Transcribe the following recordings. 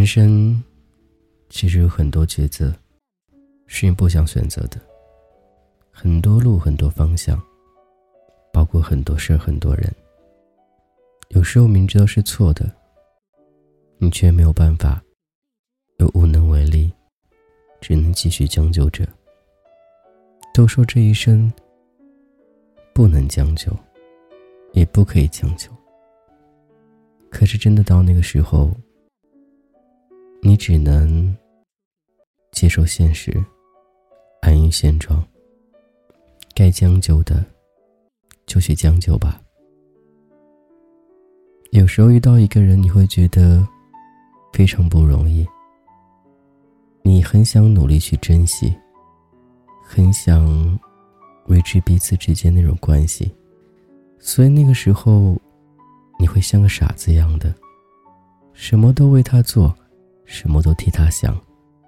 生其实有很多抉择是你不想选择的，很多路，很多方向，包括很多事，很多人。有时候明知道是错的，你却没有办法，又无能为力，只能继续将就着。都说这一生不能将就，也不可以将就，可是真的到那个时候，你只能接受现实，安于现状，该将就的就去将就吧。有时候遇到一个人，你会觉得非常不容易，你很想努力去珍惜，很想维持彼此之间那种关系，所以那个时候你会像个傻子一样的，什么都为他做，什么都替他想，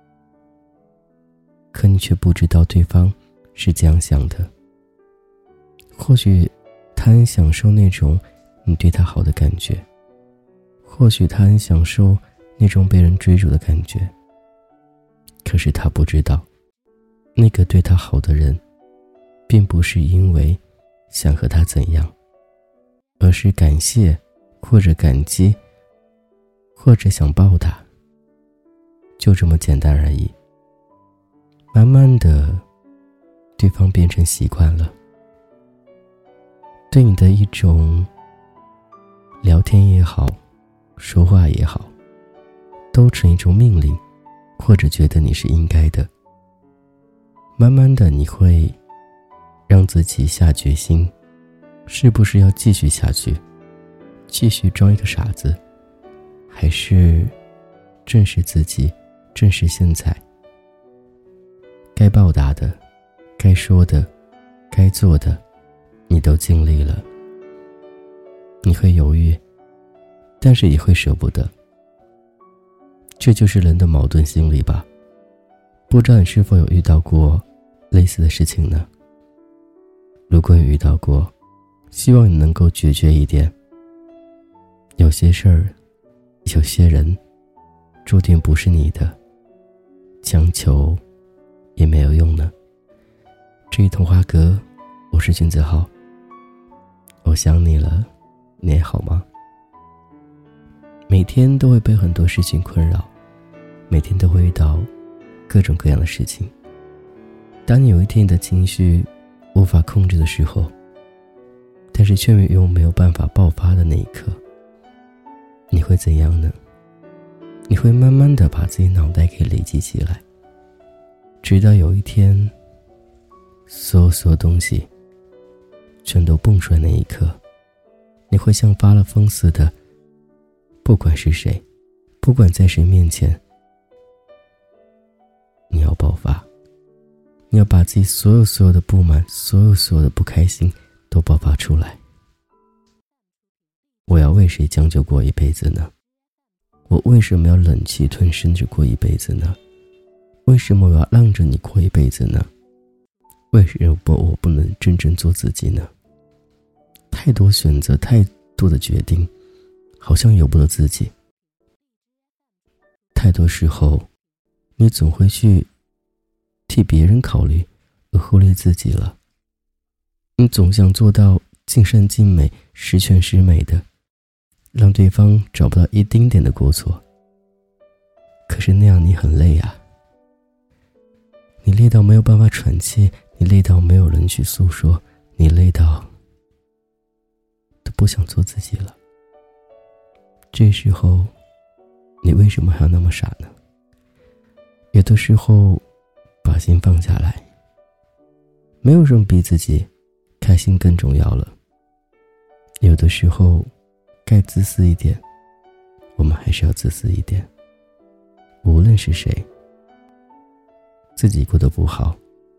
可你却不知道对方是这样想的。或许他很享受那种你对他好的感觉，或许他很享受那种被人追逐的感觉，可是他不知道，那个对他好的人并不是因为想和他怎样，而是感谢或者感激或者想报答，就这么简单而已。慢慢的，对方变成习惯了，对你的一种聊天也好，说话也好，都成一种命令，或者觉得你是应该的。慢慢的，你会让自己下决心，是不是要继续下去，继续装一个傻子，还是正视自己，正视现在，该报答的，该说的，该做的，你都经历了。你会犹豫，但是也会舍不得，这就是人的矛盾心理吧。不知道你是否有遇到过类似的事情呢？如果有遇到过，希望你能够决绝一点。有些事儿，有些人，注定不是你的，强求也没有用呢。至于童话阁，我是君子浩，我想你了，你还好吗？每天都会被很多事情困扰，每天都会遇到各种各样的事情。当你有一天你的情绪无法控制的时候，但是却又没有办法爆发的那一刻，你会怎样呢？你会慢慢的把自己脑袋给累积起来，直到有一天，所有东西全都蹦出来那一刻，你会像发了疯似的，不管是谁，不管在谁面前，你要爆发，你要把自己所有的不满，所有的不开心都爆发出来。我要为谁将就过一辈子呢？我为什么要忍气吞声着过一辈子呢？为什么我要让着你过一辈子呢？为什么我不能真正做自己呢？太多选择，太多的决定，好像由不得自己。太多时候，你总会去替别人考虑，而忽略自己了。你总想做到尽善尽美，十全十美的，让对方找不到一丁点的过错。可是那样你很累啊，你累到没有办法喘气，你累到没有人去诉说，你累到都不想做自己了。这时候你为什么还要那么傻呢？有的时候把心放下来，没有什么比自己开心更重要了。有的时候该自私一点，我们还是要自私一点。无论是谁，自己过得不好，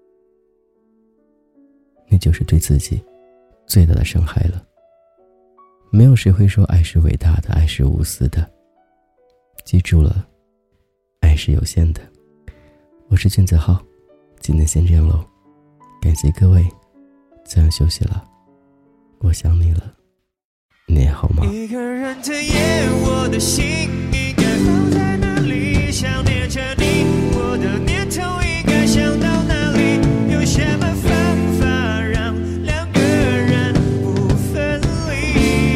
那就是对自己最大的伤害了。没有谁会说爱是伟大的，爱是无私的。记住了，爱是有限的。我是君子浩，今天先这样喽，感谢各位，这样休息了，我想你了，你还好吗？ 一个人的夜，我的心应该放在哪里？ 里，想念着你，我的念头应该想到哪里？有什么方法让两个人不分离？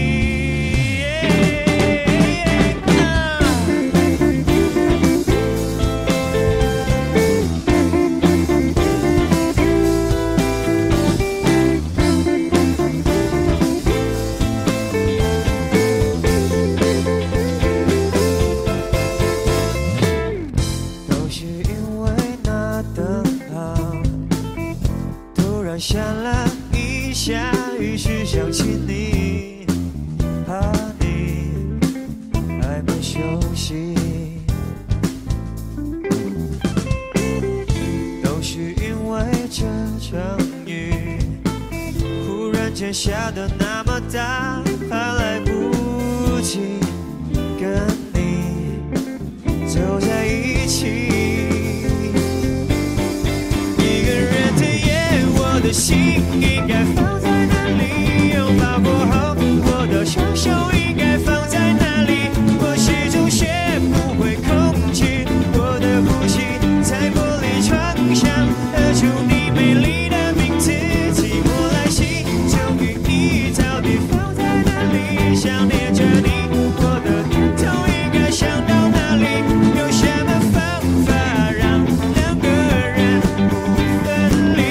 闪了一下，于是想起你，怕你还没休息，都是因为这场雨忽然间下得那么大，还来不及跟你走在一起。我的心应该放在哪里？拥抱过后，我的双手应该放在哪里？我始终学不会控制我的呼吸，在玻璃窗上刻出你美丽的名字，寂寞来袭，终于你到底放在哪里？想念着你，我的念头应该想到哪里？有什么方法让两个人不分离？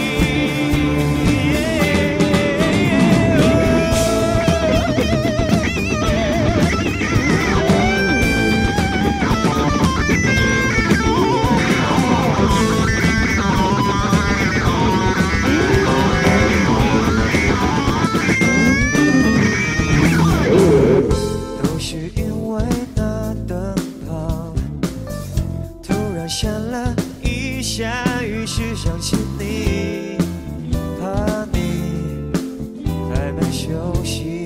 闪了一下，于是想起你，怕你还没休息，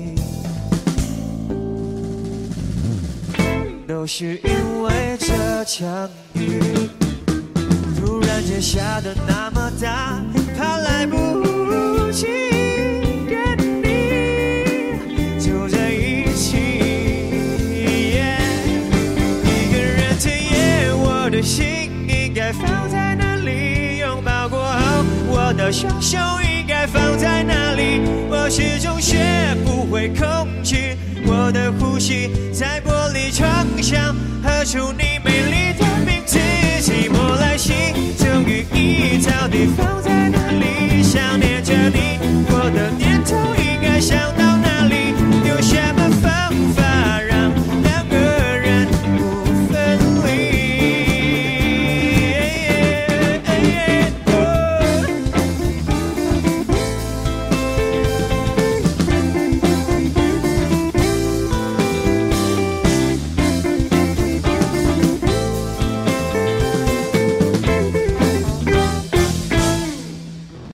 都是因为这场雨突然间下得那么大，怕来不及跟你走在一起。我的心应该放在哪里？拥抱过后，我的双手应该放在哪里？我始终学不会控制我的呼吸，在玻璃窗上刻出你美丽的名字，寂寞来袭，终于你到底放在哪里？想念着你，我的